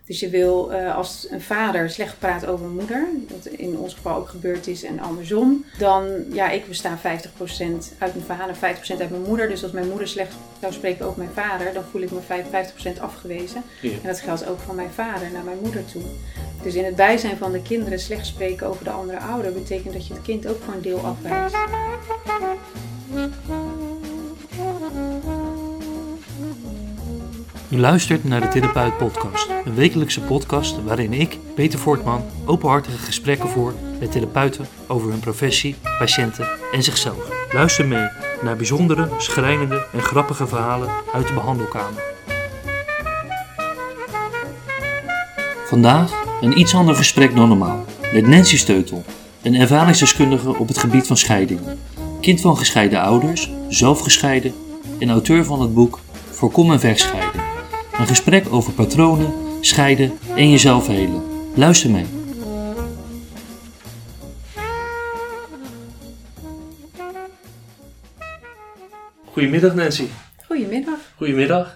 Dus je wil als een vader slecht praat over een moeder, dat in ons geval ook gebeurd is en andersom, dan, ik besta 50% uit mijn vader, 50% uit mijn moeder. Dus als mijn moeder slecht zou spreken over mijn vader, dan voel ik me 50% afgewezen. Ja. En dat geldt ook van mijn vader naar mijn moeder toe. Dus in het bijzijn van de kinderen slecht spreken over de andere ouder, betekent dat je het kind ook voor een deel afwijst. U luistert naar de Therapeut Podcast, een wekelijkse podcast waarin ik, Peter Voortman, openhartige gesprekken voer met therapeuten over hun professie, patiënten en zichzelf. Luister mee naar bijzondere, schrijnende en grappige verhalen uit de behandelkamer. Vandaag een iets ander gesprek dan normaal, met Nancy Steutel, een ervaringsdeskundige op het gebied van scheidingen. Kind van gescheiden ouders, zelf gescheiden en auteur van het boek Voorkom en Vechtscheiden. Een gesprek over patronen, scheiden en jezelf helen. Luister mee. Goedemiddag Nancy. Goedemiddag. Goedemiddag.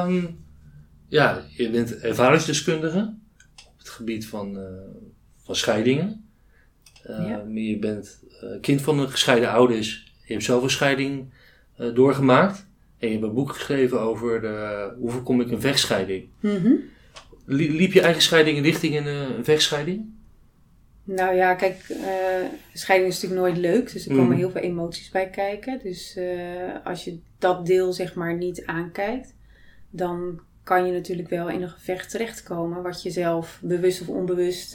Je bent ervaringsdeskundige op het gebied van scheidingen. Maar je bent kind van een gescheiden ouders. Je hebt zelf een scheiding doorgemaakt. En je hebt een boek geschreven over hoe voorkom ik een vechtscheiding. Mm-hmm. Liep je eigen scheiding richting een vechtscheiding? Nou ja, kijk, scheiding is natuurlijk nooit leuk. Dus er komen heel veel emoties bij kijken. Dus als je dat deel zeg maar niet aankijkt, dan kan je natuurlijk wel in een gevecht terechtkomen. Wat je zelf bewust of onbewust,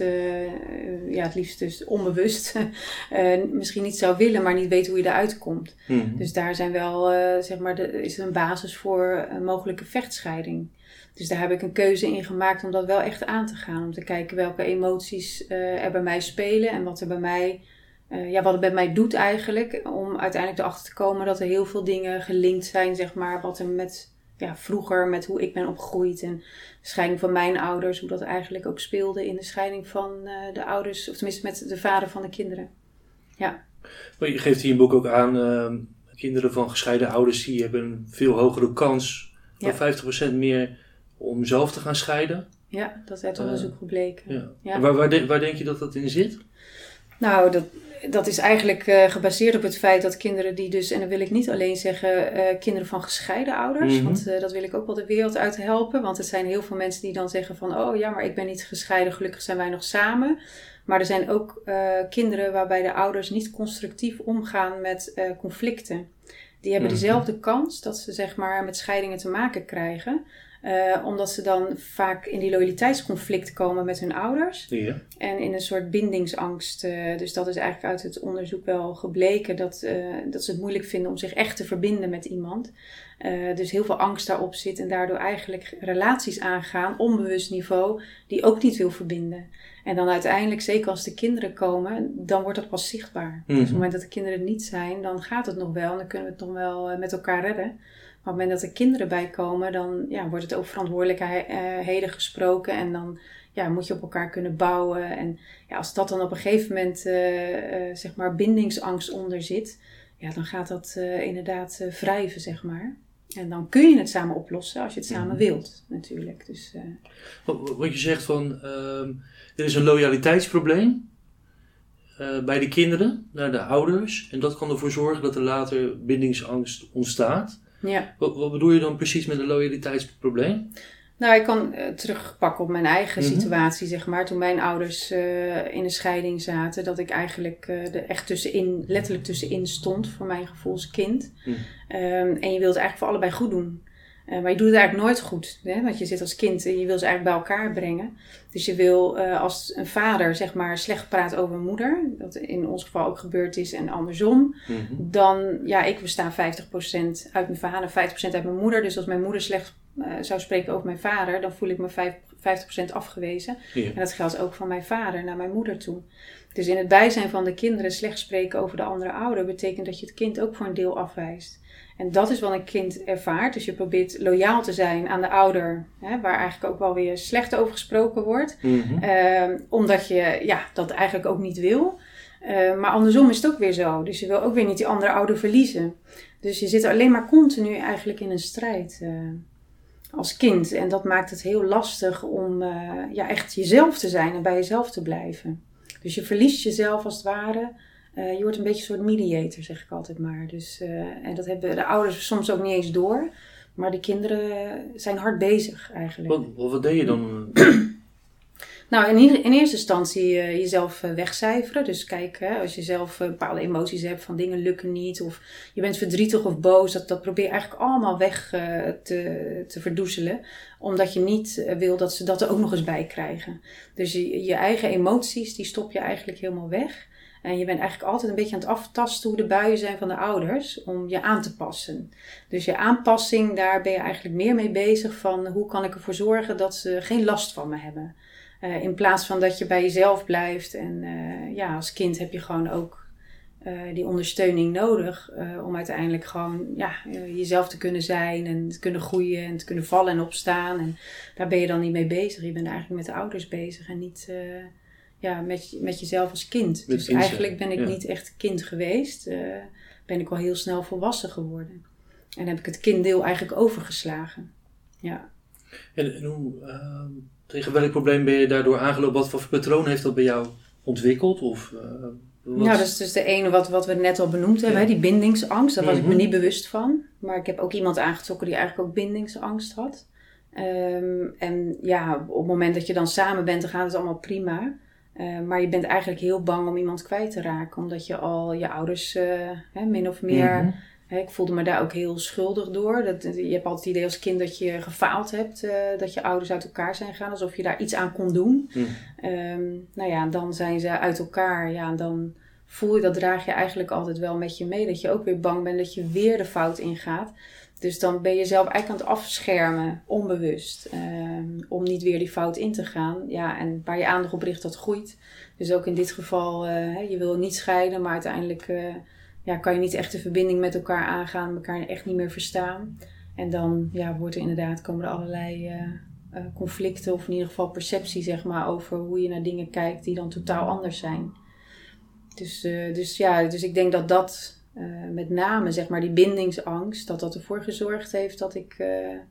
het liefst dus onbewust, misschien niet zou willen, maar niet weet hoe je eruit komt. Mm-hmm. Dus daar zijn wel, is er een basis voor een mogelijke vechtscheiding. Dus daar heb ik een keuze in gemaakt om dat wel echt aan te gaan. Om te kijken welke emoties er bij mij spelen en wat er bij mij, wat het bij mij doet eigenlijk. Om uiteindelijk erachter te komen dat er heel veel dingen gelinkt zijn, zeg maar, wat er vroeger met hoe ik ben opgegroeid en de scheiding van mijn ouders, hoe dat eigenlijk ook speelde in de scheiding van de ouders, of tenminste met de vader van de kinderen. Ja. Maar je geeft hier in je boek ook aan, kinderen van gescheiden ouders, die hebben een veel hogere kans, van 50% meer, om zelf te gaan scheiden. Ja, dat is uit onderzoek gebleken. Ja. Ja. Waar denk je dat dat in zit? Nou, dat is eigenlijk gebaseerd op het feit dat kinderen die dus, en dan wil ik niet alleen zeggen kinderen van gescheiden ouders, mm-hmm. Want dat wil ik ook wel de wereld uit helpen. Want er zijn heel veel mensen die dan zeggen van, maar ik ben niet gescheiden, gelukkig zijn wij nog samen. Maar er zijn ook kinderen waarbij de ouders niet constructief omgaan met conflicten. Die hebben dezelfde kans dat ze zeg maar met scheidingen te maken krijgen. Omdat ze dan vaak in die loyaliteitsconflict komen met hun ouders. Ja. En in een soort bindingsangst. Dus dat is eigenlijk uit het onderzoek wel gebleken. Dat ze het moeilijk vinden om zich echt te verbinden met iemand. Dus heel veel angst daarop zit. En daardoor eigenlijk relaties aangaan. Onbewust niveau. Die ook niet wil verbinden. En dan uiteindelijk, zeker als de kinderen komen. Dan wordt dat pas zichtbaar. Mm-hmm. Dus op het moment dat de kinderen er niet zijn. Dan gaat het nog wel. En dan kunnen we het nog wel met elkaar redden. Maar op het moment dat er kinderen bij komen, dan wordt het over verantwoordelijkheden gesproken. En dan moet je op elkaar kunnen bouwen. En als dat dan op een gegeven moment bindingsangst onder zit, dan gaat dat inderdaad wrijven, zeg maar. En dan kun je het samen oplossen als je het samen wilt, natuurlijk. Dus, Wat je zegt van, er is een loyaliteitsprobleem bij de kinderen naar de ouders. En dat kan ervoor zorgen dat er later bindingsangst ontstaat. Ja. Wat bedoel je dan precies met een loyaliteitsprobleem? Nou, ik kan terugpakken op mijn eigen situatie, zeg maar. Toen mijn ouders in een scheiding zaten, dat ik eigenlijk er echt letterlijk tussenin stond voor mijn gevoel als kind. En je wilt het eigenlijk voor allebei goed doen. Maar je doet het eigenlijk nooit goed. Hè? Want je zit als kind en je wil ze eigenlijk bij elkaar brengen. Dus je wil als een vader zeg maar slecht praat over een moeder. Dat in ons geval ook gebeurd is en andersom. Mm-hmm. Dan, ik besta 50% uit mijn vader, 50% uit mijn moeder. Dus als mijn moeder slecht zou spreken over mijn vader, dan voel ik me 50% afgewezen. Ja. En dat geldt ook van mijn vader naar mijn moeder toe. Dus in het bijzijn van de kinderen slecht spreken over de andere ouder, betekent dat je het kind ook voor een deel afwijst. En dat is wat een kind ervaart. Dus je probeert loyaal te zijn aan de ouder, waar eigenlijk ook wel weer slecht over gesproken wordt. Mm-hmm. Omdat je dat eigenlijk ook niet wil. Maar andersom is het ook weer zo. Dus je wil ook weer niet die andere ouder verliezen. Dus je zit alleen maar continu eigenlijk in een strijd. als kind. En dat maakt het heel lastig om echt jezelf te zijn en bij jezelf te blijven. Dus je verliest jezelf als het ware. Je wordt een beetje een soort mediator, zeg ik altijd maar. Dus, en dat hebben de ouders soms ook niet eens door. Maar de kinderen zijn hard bezig eigenlijk. Wat deed je dan? Nou, in eerste instantie jezelf wegcijferen. Dus kijk, als je zelf bepaalde emoties hebt van dingen lukken niet. Of je bent verdrietig of boos. Dat probeer je eigenlijk allemaal weg te verdoezelen. Omdat je niet wil dat ze dat er ook nog eens bij krijgen. Dus je eigen emoties, die stop je eigenlijk helemaal weg. En je bent eigenlijk altijd een beetje aan het aftasten hoe de buien zijn van de ouders. Om je aan te passen. Dus je aanpassing, daar ben je eigenlijk meer mee bezig. Van hoe kan ik ervoor zorgen dat ze geen last van me hebben. In plaats van dat je bij jezelf blijft. En als kind heb je gewoon ook die ondersteuning nodig. Om uiteindelijk gewoon jezelf te kunnen zijn. En te kunnen groeien en te kunnen vallen en opstaan. En daar ben je dan niet mee bezig. Je bent eigenlijk met de ouders bezig. En niet met jezelf als kind. Dus eigenlijk ben ik niet echt kind geweest. Ben ik al heel snel volwassen geworden. En heb ik het kinddeel eigenlijk overgeslagen. Ja. En hoe... Tegen welk probleem ben je daardoor aangelopen? Wat voor patroon heeft dat bij jou ontwikkeld? Dat is dus de ene wat we net al benoemd hebben. Hè? Die bindingsangst. Daar was ik me niet bewust van. Maar ik heb ook iemand aangetrokken die eigenlijk ook bindingsangst had. Op het moment dat je dan samen bent, dan gaat het allemaal prima. Maar je bent eigenlijk heel bang om iemand kwijt te raken. Omdat je al je ouders min of meer... Ik voelde me daar ook heel schuldig door. Je hebt altijd het idee als kind dat je gefaald hebt. Dat je ouders uit elkaar zijn gegaan. Alsof je daar iets aan kon doen. Dan zijn ze uit elkaar. Ja, dan voel je, dat draag je eigenlijk altijd wel met je mee. Dat je ook weer bang bent dat je weer de fout ingaat. Dus dan ben je zelf eigenlijk aan het afschermen. Onbewust. Om niet weer die fout in te gaan. Ja, en waar je aandacht op richt, dat groeit. Dus ook in dit geval, je wil niet scheiden. Maar uiteindelijk... kan je niet echt de verbinding met elkaar aangaan, elkaar echt niet meer verstaan. En dan komen er allerlei conflicten, of in ieder geval perceptie, zeg maar, over hoe je naar dingen kijkt die dan totaal anders zijn. Dus ik denk dat met name, zeg maar, die bindingsangst, dat ervoor gezorgd heeft dat ik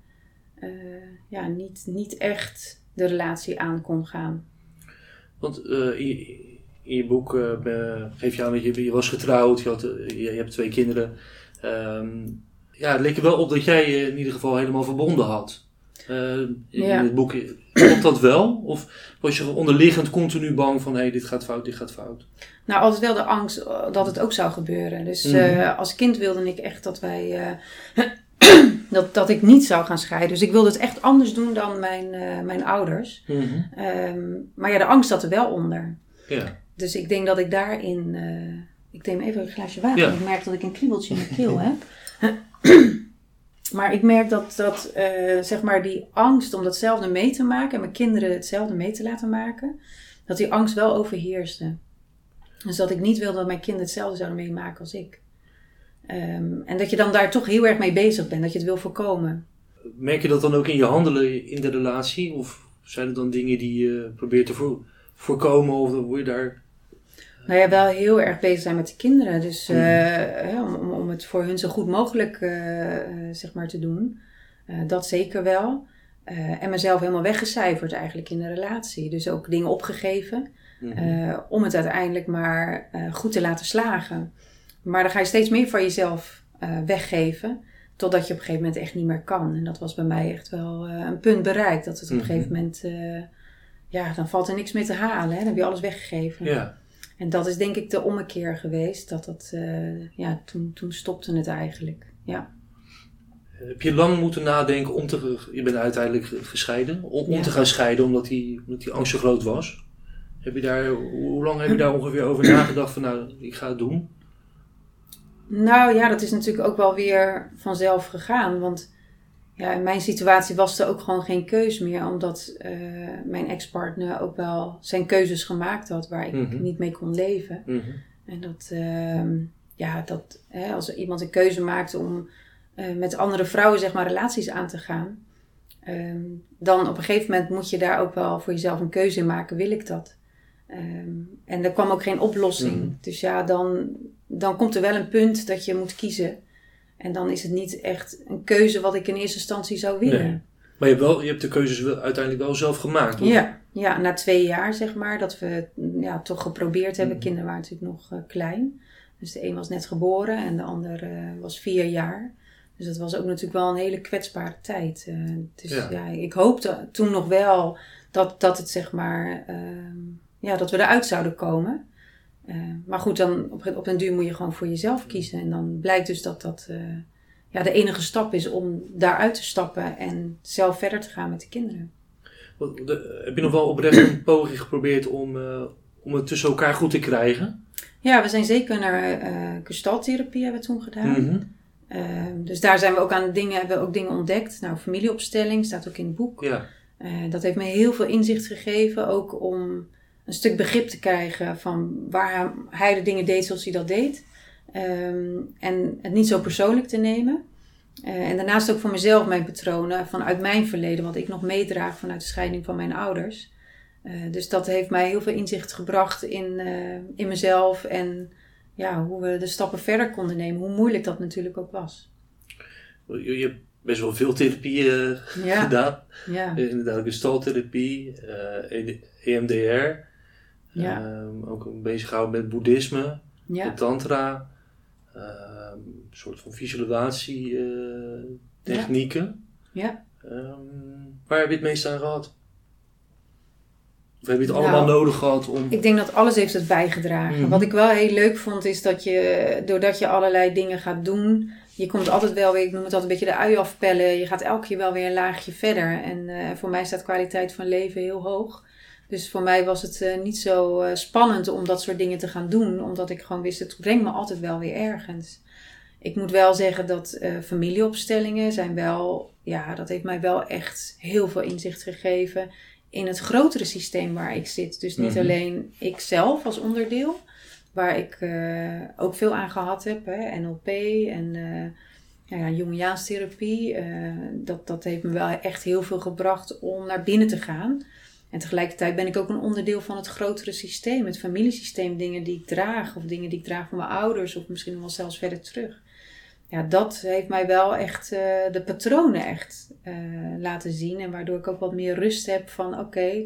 niet echt de relatie aan kon gaan. Want in je boek geef je aan dat je was getrouwd, je hebt 2 kinderen. Het leek er wel op dat jij je in ieder geval helemaal verbonden had. In het boek, klopt dat wel? Of was je onderliggend continu bang van dit gaat fout, dit gaat fout? Nou, altijd wel de angst dat het ook zou gebeuren. Dus als kind wilde ik echt dat wij... dat ik niet zou gaan scheiden. Dus ik wilde het echt anders doen dan mijn ouders. Maar de angst zat er wel onder. Ja. Dus ik denk dat ik daarin... ik neem even een glaasje water. Ja. Ik merk dat ik een kriebeltje in mijn keel heb. Maar ik merk dat zeg maar die angst om datzelfde mee te maken... en mijn kinderen hetzelfde mee te laten maken... dat die angst wel overheerste. Dus dat ik niet wilde dat mijn kinderen hetzelfde zouden meemaken als ik. En dat je dan daar toch heel erg mee bezig bent. Dat je het wil voorkomen. Merk je dat dan ook in je handelen in de relatie? Of zijn er dan dingen die je probeert te voorkomen? Of word je daar... Nou ja, wel heel erg bezig zijn met de kinderen. Dus om het voor hun zo goed mogelijk zeg maar te doen. Dat zeker wel. En mezelf helemaal weggecijferd eigenlijk in de relatie. Dus ook dingen opgegeven. Om het uiteindelijk maar goed te laten slagen. Maar dan ga je steeds meer van jezelf weggeven. Totdat je op een gegeven moment echt niet meer kan. En dat was bij mij echt wel een punt bereikt. Dat het op een gegeven moment... dan valt er niks meer te halen. Hè? Dan heb je alles weggegeven. Ja. En dat is denk ik de ommekeer geweest. Toen stopte het eigenlijk. Ja. Heb je lang moeten nadenken je bent uiteindelijk gescheiden. Om te gaan scheiden omdat die angst zo groot was. Hoe lang heb je daar ongeveer over nagedacht van ik ga het doen? Nou ja, dat is natuurlijk ook wel weer vanzelf gegaan. Want in mijn situatie was er ook gewoon geen keus meer. Omdat mijn ex-partner ook wel zijn keuzes gemaakt had waar ik niet mee kon leven. En als iemand een keuze maakt om met andere vrouwen zeg maar relaties aan te gaan. Dan op een gegeven moment moet je daar ook wel voor jezelf een keuze in maken. Wil ik dat? En er kwam ook geen oplossing. Dus dan komt er wel een punt dat je moet kiezen. En dan is het niet echt een keuze wat ik in eerste instantie zou willen. Maar je hebt de keuzes uiteindelijk wel zelf gemaakt, of? Ja, na 2 jaar zeg maar, dat we toch geprobeerd hebben. Kinderen waren natuurlijk nog klein. Dus de een was net geboren en de ander was 4 jaar. Dus dat was ook natuurlijk wel een hele kwetsbare tijd. Dus ik hoopte toen nog wel dat het zeg maar, dat we eruit zouden komen. Maar goed, dan op den duur moet je gewoon voor jezelf kiezen. En dan blijkt dus dat de enige stap is om daaruit te stappen en zelf verder te gaan met de kinderen. Heb je nog wel oprecht een poging geprobeerd om het tussen elkaar goed te krijgen? Ja, we zijn zeker naar gestalttherapie hebben we toen gedaan. Dus daar zijn we ook hebben we ook dingen ontdekt. Nou, familieopstelling staat ook in het boek. Ja. Dat heeft me heel veel inzicht gegeven. Ook om een stuk begrip te krijgen van waar hij de dingen deed zoals hij dat deed. En het niet zo persoonlijk te nemen. En daarnaast ook voor mezelf mijn patronen vanuit mijn verleden. Wat ik nog meedraag vanuit de scheiding van mijn ouders. Dus dat heeft mij heel veel inzicht gebracht in mezelf. En hoe we de stappen verder konden nemen. Hoe moeilijk dat natuurlijk ook was. Je hebt best wel veel therapie gedaan. Ja. Inderdaad, gestalttherapie, EMDR. Ja. Ook bezig gehouden met boeddhisme, met tantra. Een soort van visualisatietechnieken. Waar heb je het meest aan gehad? Of heb je het allemaal nodig gehad om... Ik denk dat alles heeft het bijgedragen. Wat ik wel heel leuk vond is dat doordat je allerlei dingen gaat doen... Je komt altijd wel weer, ik noem het altijd een beetje de ui afpellen. Je gaat elke keer wel weer een laagje verder. En voor mij staat kwaliteit van leven heel hoog. Dus voor mij was het niet zo spannend om dat soort dingen te gaan doen. Omdat ik gewoon wist, het brengt me altijd wel weer ergens. Ik moet wel zeggen dat familieopstellingen zijn wel... Ja, dat heeft mij wel echt heel veel inzicht gegeven... in het grotere systeem waar ik zit. Dus niet alleen ikzelf als onderdeel... waar ik ook veel aan gehad heb. NLP en Jungiaanstherapie. Dat heeft me wel echt heel veel gebracht om naar binnen te gaan. En tegelijkertijd ben ik ook een onderdeel van het grotere systeem. Het familiesysteem, dingen die ik draag. Of dingen die ik draag van mijn ouders. Of misschien nog wel zelfs verder terug. Ja, dat heeft mij wel echt de patronen echt laten zien. En waardoor ik ook wat meer rust heb van oké,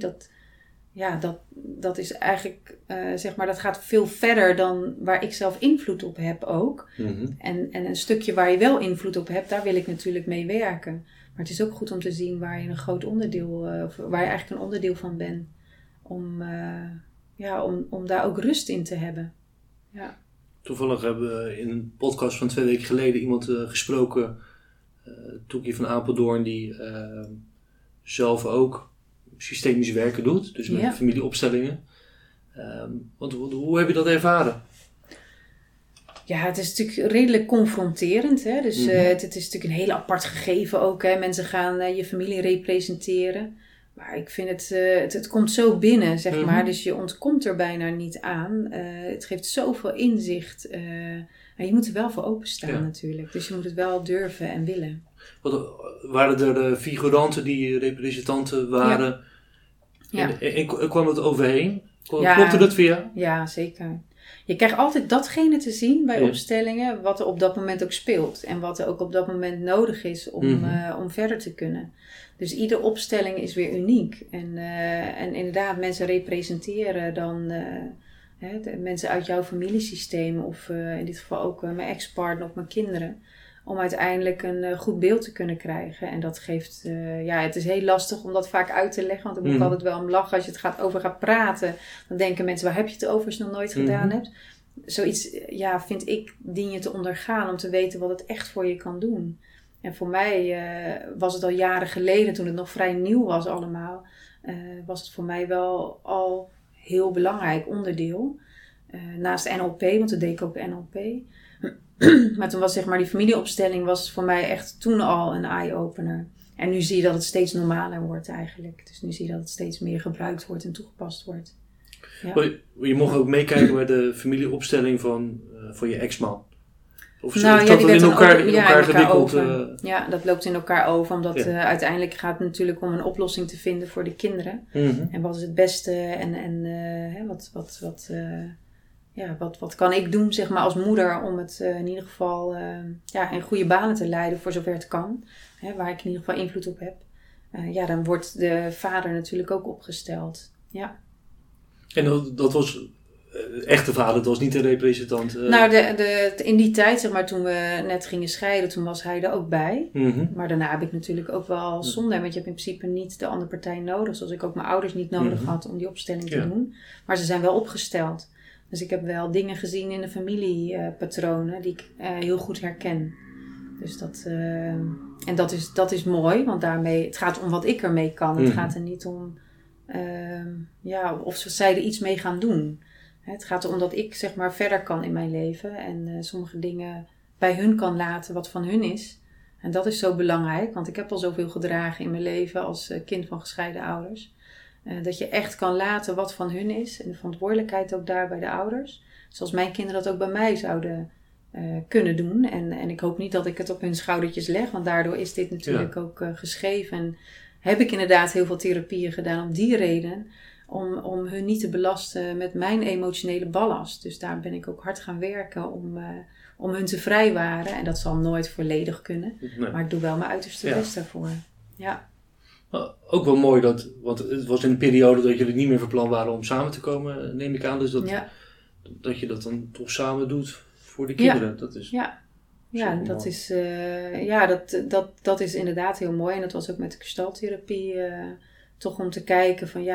dat is eigenlijk, zeg maar, dat gaat veel verder dan waar ik zelf invloed op heb ook. En een stukje waar je wel invloed op hebt, daar wil ik natuurlijk mee werken. Maar het is ook goed om te zien waar je een groot onderdeel, of waar je eigenlijk een onderdeel van bent. Om daar ook rust in te hebben. Ja. Toevallig hebben we in een podcast van 2 weken geleden iemand gesproken, Toekie van Apeldoorn, die zelf ook systemisch werken doet. Dus met familieopstellingen. Want hoe heb je dat ervaren? Ja, het is natuurlijk redelijk confronterend. Hè? Dus het is natuurlijk een heel apart gegeven ook. Hè? Mensen gaan je familie representeren. Maar ik vind het komt zo binnen, zeg maar. Dus je ontkomt er bijna niet aan. Het geeft zoveel inzicht. Maar je moet er wel voor openstaan natuurlijk. Dus je moet het wel durven en willen. Waren er de figuranten die representanten waren? En kwam het overheen? Klopte dat voor jou? Ja, zeker. Je krijgt altijd datgene te zien bij opstellingen wat er op dat moment ook speelt. En wat er ook op dat moment nodig is om verder te kunnen. Dus iedere opstelling is weer uniek. En inderdaad, mensen representeren dan de mensen uit jouw familiesysteem. Of in dit geval ook mijn ex-partner of mijn kinderen. Om uiteindelijk een goed beeld te kunnen krijgen. En dat geeft... het is heel lastig om dat vaak uit te leggen. Want dan moet ik altijd wel om lachen. Als je het over gaat praten. Dan denken mensen, waar heb je het over als je het nog nooit gedaan hebt? Zoiets, vind ik, dien je te ondergaan. Om te weten wat het echt voor je kan doen. En voor mij was het al jaren geleden. Toen het nog vrij nieuw was allemaal. Was het voor mij wel al heel belangrijk onderdeel. Naast NLP. Want toen deed ik ook NLP. Maar toen was zeg maar die familieopstelling was voor mij echt toen al een eye-opener. En nu zie je dat het steeds normaler wordt eigenlijk. Dus nu zie je dat het steeds meer gebruikt wordt en toegepast wordt. Ja. Je mocht ook meekijken bij de familieopstelling van je ex-man. Of die werd in elkaar gewikkeld? Ja, dat loopt in elkaar over. Omdat uiteindelijk gaat het natuurlijk om een oplossing te vinden voor de kinderen. En wat is het beste en wat kan ik doen, zeg maar, als moeder om het in ieder geval in goede banen te leiden voor zover het kan. Waar ik in ieder geval invloed op heb. dan wordt de vader natuurlijk ook opgesteld. Ja. En dat was echte vader, dat was niet de representant? Nou, in die tijd, zeg maar, toen we net gingen scheiden, toen was hij er ook bij. Mm-hmm. Maar daarna heb ik natuurlijk ook wel zonde, want je hebt in principe niet de andere partij nodig. Zoals ik ook mijn ouders niet nodig had om die opstelling te doen. Maar ze zijn wel opgesteld. Dus ik heb wel dingen gezien in de familiepatronen die ik heel goed herken. Dus dat is mooi, want daarmee, het gaat om wat ik ermee kan. Het gaat er niet om of zij er iets mee gaan doen. Het gaat erom dat ik zeg maar verder kan in mijn leven en sommige dingen bij hun kan laten wat van hun is. En dat is zo belangrijk, want ik heb al zoveel gedragen in mijn leven als kind van gescheiden ouders. Dat je echt kan laten wat van hun is en de verantwoordelijkheid ook daar bij de ouders. Zoals mijn kinderen dat ook bij mij zouden kunnen doen. En ik hoop niet dat ik het op hun schoudertjes leg, want daardoor is dit natuurlijk ook geschreven. En heb ik inderdaad heel veel therapieën gedaan om die reden. Om hun niet te belasten met mijn emotionele ballast. Dus daar ben ik ook hard gaan werken om hun te vrijwaren. En dat zal nooit volledig kunnen. Nee. Maar ik doe wel mijn uiterste best daarvoor. Ja. Ook wel mooi, want het was in een periode dat jullie niet meer van plan waren om samen te komen, neem ik aan. Dus dat je dat dan toch samen doet voor de kinderen. Ja. Dat is dat is inderdaad heel mooi. En dat was ook met de gestalttherapie. Toch om te kijken van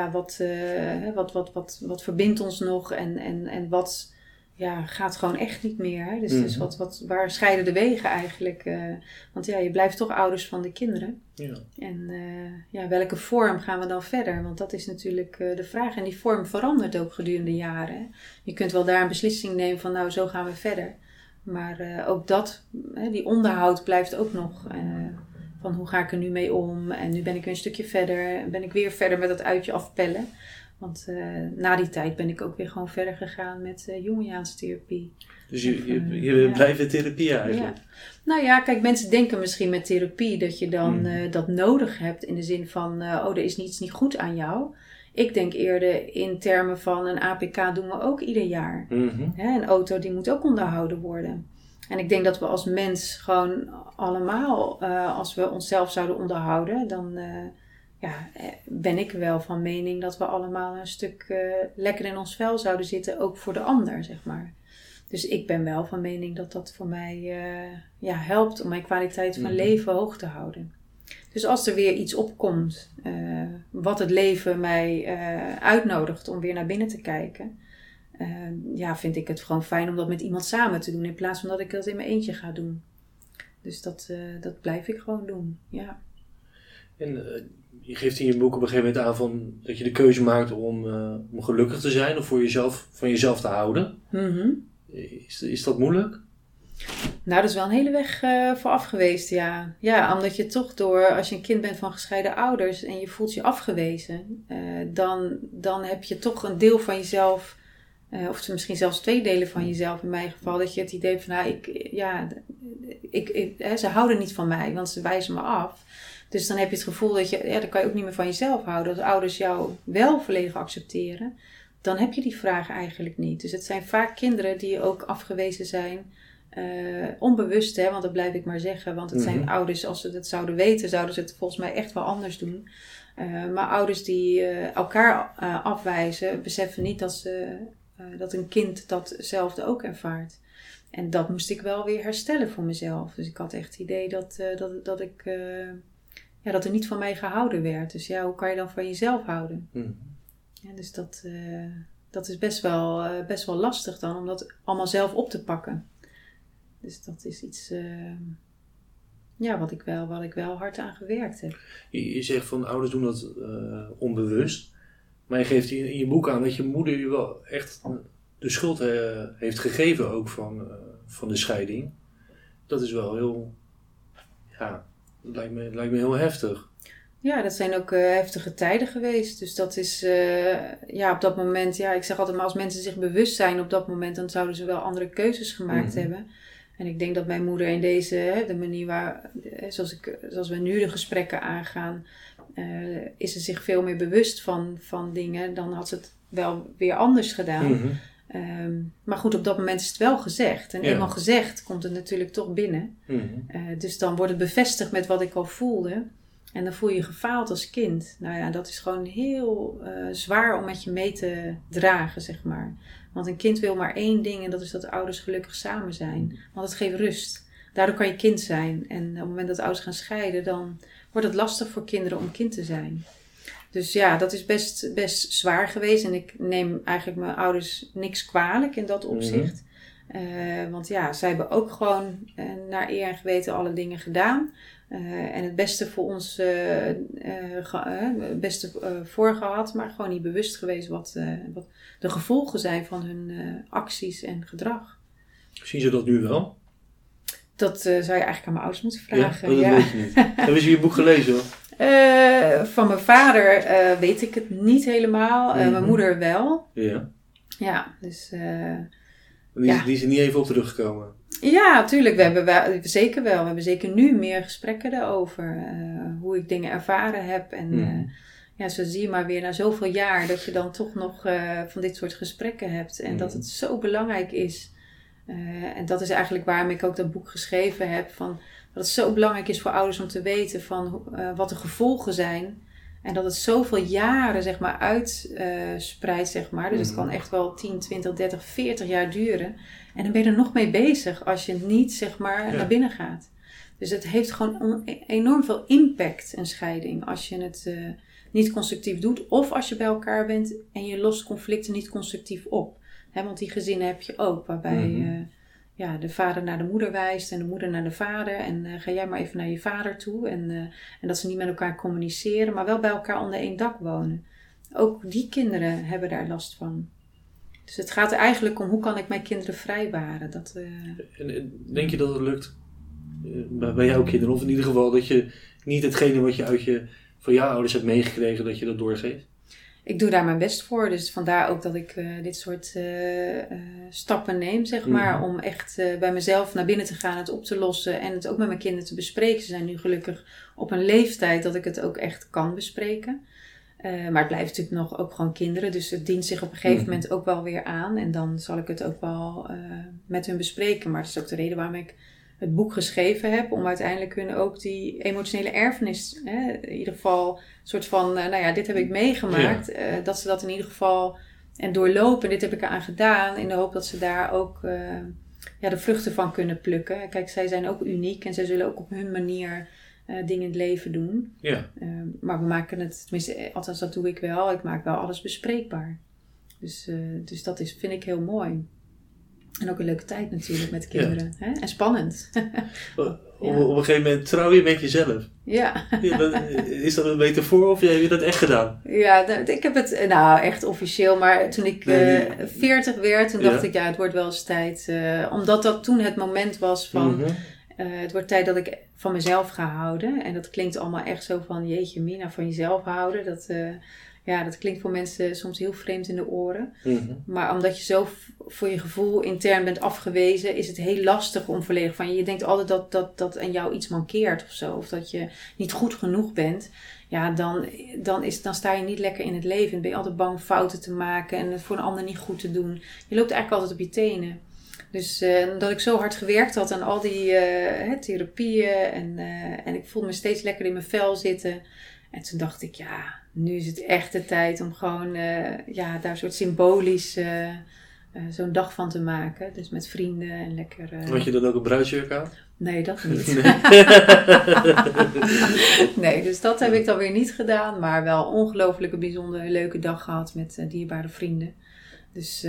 wat verbindt ons nog en wat gaat gewoon echt niet meer. Hè? Dus waar scheiden de wegen eigenlijk? Want je blijft toch ouders van de kinderen. Ja. En welke vorm gaan we dan verder? Want dat is natuurlijk de vraag. En die vorm verandert ook gedurende jaren. Hè? Je kunt wel daar een beslissing nemen van nou zo gaan we verder. Maar ook die onderhoud blijft ook nog... van hoe ga ik er nu mee om? En nu ben ik weer een stukje verder. Ben ik weer verder met het uitje afpellen. Want na die tijd ben ik ook weer gewoon verder gegaan met Jungiaanse therapie. Dus je blijft in therapie eigenlijk? Ja. Nou ja, kijk, mensen denken misschien met therapie dat je dan dat nodig hebt. In de zin van, er is iets niet goed aan jou. Ik denk eerder in termen van een APK doen we ook ieder jaar. Mm-hmm. Een auto die moet ook onderhouden worden. En ik denk dat we als mens gewoon allemaal, als we onszelf zouden onderhouden, dan ben ik wel van mening dat we allemaal een stuk lekker in ons vel zouden zitten, ook voor de ander, zeg maar. Dus ik ben wel van mening dat dat voor mij helpt om mijn kwaliteit van leven hoog te houden. Dus als er weer iets opkomt, wat het leven mij uitnodigt om weer naar binnen te kijken... vind ik het gewoon fijn om dat met iemand samen te doen. In plaats van dat ik dat in mijn eentje ga doen. Dus dat blijf ik gewoon doen. Ja. En je geeft in je boek op een gegeven moment aan van dat je de keuze maakt om gelukkig te zijn. Of van jezelf te houden. Mm-hmm. Is dat moeilijk? Nou, dat is wel een hele weg vooraf geweest, ja. Ja, omdat je toch als je een kind bent van gescheiden ouders en je voelt je afgewezen. Dan heb je toch een deel van jezelf... of misschien zelfs 2 delen van jezelf in mijn geval. Dat je het idee van, ze houden niet van mij, want ze wijzen me af. Dus dan heb je het gevoel dat dan kan je ook niet meer van jezelf houden. Als ouders jou wel volledig accepteren, dan heb je die vragen eigenlijk niet. Dus het zijn vaak kinderen die ook afgewezen zijn, onbewust, hè, want dat blijf ik maar zeggen. Want het zijn ouders, als ze dat zouden weten, zouden ze het volgens mij echt wel anders doen. Maar ouders die elkaar afwijzen, beseffen niet dat een kind datzelfde ook ervaart. En dat moest ik wel weer herstellen voor mezelf. Dus ik had echt het idee dat er niet van mij gehouden werd. Dus hoe kan je dan van jezelf houden? Ja, dus dat is best wel lastig dan, om dat allemaal zelf op te pakken. Dus dat is iets wat ik wel hard aan gewerkt heb. Je zegt van ouders doen dat onbewust. Maar je geeft in je boek aan dat je moeder je wel echt de schuld heeft gegeven ook van de scheiding. Dat is wel heel... Ja, dat lijkt me heel heftig. Ja, dat zijn ook heftige tijden geweest. Dus dat is... op dat moment... Ja, ik zeg altijd maar als mensen zich bewust zijn op dat moment... dan zouden ze wel andere keuzes gemaakt hebben. En ik denk dat mijn moeder in deze... de manier zoals we nu de gesprekken aangaan... is ze zich veel meer bewust van dingen. Dan had ze het wel weer anders gedaan. Maar goed, op dat moment is het wel gezegd. En eenmaal gezegd komt het natuurlijk toch binnen. Dus dan wordt het bevestigd met wat ik al voelde. En dan voel je je gefaald als kind. Nou ja, dat is gewoon heel zwaar om met je mee te dragen, zeg maar. Want een kind wil maar één ding en dat is dat ouders gelukkig samen zijn. Want het geeft rust. Daardoor kan je kind zijn. En op het moment dat ouders gaan scheiden, dan wordt het lastig voor kinderen om kind te zijn. Dus ja, dat is best zwaar geweest. En ik neem eigenlijk mijn ouders niks kwalijk in dat opzicht. Want ja, zij hebben ook gewoon naar eer en geweten alle dingen gedaan. En het beste voor ons voorgehad, maar gewoon niet bewust geweest wat de gevolgen zijn van hun acties en gedrag. Zien ze dat nu wel? Dat zou je eigenlijk aan mijn ouders moeten vragen. Ja, dat weet je niet. Hebben ze je boek gelezen hoor? Van mijn vader weet ik het niet helemaal. Mijn moeder wel. Ja. Ja, dus... Die is er niet even op teruggekomen? Ja, tuurlijk. We hebben zeker wel. We hebben zeker nu meer gesprekken daarover. Hoe ik dingen ervaren heb. En zo zie je maar weer na zoveel jaar dat je dan toch nog van dit soort gesprekken hebt. En dat het zo belangrijk is. En dat is eigenlijk waarom ik ook dat boek geschreven heb. Dat het zo belangrijk is voor ouders om te weten van wat de gevolgen zijn. En dat het zoveel jaren zeg maar uitspreidt, zeg maar. Dus het kan echt wel 10, 20, 30, 40 jaar duren. En dan ben je er nog mee bezig als je niet zeg maar naar binnen gaat. Dus het heeft gewoon enorm veel impact, een scheiding. Als je het niet constructief doet. Of als je bij elkaar bent en je lost conflicten niet constructief op. Want die gezinnen heb je ook. Waarbij de vader naar de moeder wijst en de moeder naar de vader. En ga jij maar even naar je vader toe. En dat ze niet met elkaar communiceren, maar wel bij elkaar onder één dak wonen. Ook die kinderen hebben daar last van. Dus het gaat er eigenlijk om hoe kan ik mijn kinderen vrijwaren. En denk je dat het lukt bij jouw kinderen? Of in ieder geval dat je niet hetgene wat je van jouw ouders hebt meegekregen, dat je dat doorgeeft? Ik doe daar mijn best voor. Dus vandaar ook dat ik dit soort stappen neem, zeg maar. Om echt bij mezelf naar binnen te gaan, het op te lossen. En het ook met mijn kinderen te bespreken. Ze zijn nu gelukkig op een leeftijd dat ik het ook echt kan bespreken. Maar het blijft natuurlijk nog ook gewoon kinderen. Dus het dient zich op een gegeven moment ook wel weer aan. En dan zal ik het ook wel met hun bespreken. Maar dat is ook de reden waarom ik het boek geschreven heb. Om uiteindelijk hun ook die emotionele erfenis, in ieder geval een soort van, dit heb ik meegemaakt. Ja. Dat ze dat in ieder geval en doorlopen. Dit heb ik eraan gedaan. In de hoop dat ze daar ook de vruchten van kunnen plukken. Kijk, zij zijn ook uniek. En zij zullen ook op hun manier dingen in het leven doen. Ja. Maar we maken het, tenminste, althans dat doe ik wel. Ik maak wel alles bespreekbaar. Dus dat vind ik heel mooi. En ook een leuke tijd natuurlijk met kinderen. Ja. Hè? En spannend. Op een gegeven moment trouw je met jezelf. Ja. Is dat een metafoor of heb je dat echt gedaan? Ja, ik heb het echt officieel. Maar toen ik 40 werd, toen dacht ik, het wordt wel eens tijd. Omdat dat toen het moment was van... het wordt tijd dat ik van mezelf ga houden. En dat klinkt allemaal echt zo van... Jeetje Mina, van jezelf houden. Dat klinkt voor mensen soms heel vreemd in de oren. Maar omdat je zo voor je gevoel intern bent afgewezen... is het heel lastig om volledig van... Je denkt altijd dat aan jou iets mankeert of zo. Of dat je niet goed genoeg bent. Ja, dan sta je niet lekker in het leven. Dan ben je altijd bang fouten te maken... en het voor een ander niet goed te doen. Je loopt eigenlijk altijd op je tenen. Dus dat ik zo hard gewerkt had aan al die therapieën... en ik voelde me steeds lekker in mijn vel zitten... En toen dacht ik, nu is het echt de tijd om gewoon daar een soort symbolisch zo'n dag van te maken. Dus met vrienden en lekker... Had je dan ook een bruidsjurk aan? Nee, dat niet. Nee, dus dat heb ik dan weer niet gedaan. Maar wel ongelooflijk een bijzonder leuke dag gehad met dierbare vrienden. Dus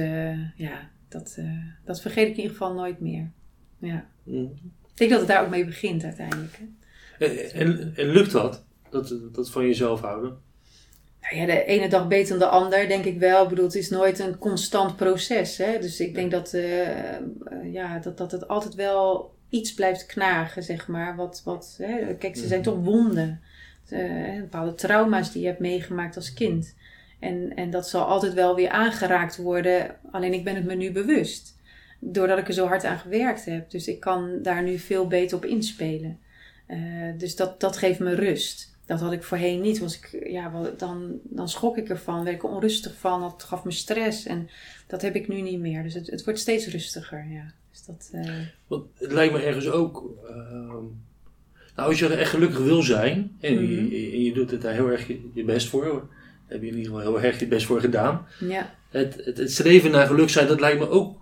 dat vergeet ik in ieder geval nooit meer. Ja. Ik denk dat het daar ook mee begint uiteindelijk. Hè. En lukt dat? Dat van jezelf houden? Nou ja, de ene dag beter dan de ander, denk ik wel. Ik bedoel, het is nooit een constant proces. Hè? Dus ik denk dat het altijd wel iets blijft knagen, zeg maar. Kijk, ze zijn toch wonden. Bepaalde trauma's die je hebt meegemaakt als kind. En dat zal altijd wel weer aangeraakt worden. Alleen ik ben het me nu bewust. Doordat ik er zo hard aan gewerkt heb. Dus ik kan daar nu veel beter op inspelen. Dus dat geeft me rust. Dat had ik voorheen niet. Dan schrok ik ervan. Werd ik onrustig van. Dat gaf me stress. En dat heb ik nu niet meer. Dus het wordt steeds rustiger. Ja. Dus Want het lijkt me ergens ook... Nou, als je echt gelukkig wil zijn, en je doet het daar heel erg je best voor, hoor. Daar heb je in ieder geval heel erg je best voor gedaan. Ja. Het streven naar geluk zijn, dat lijkt me ook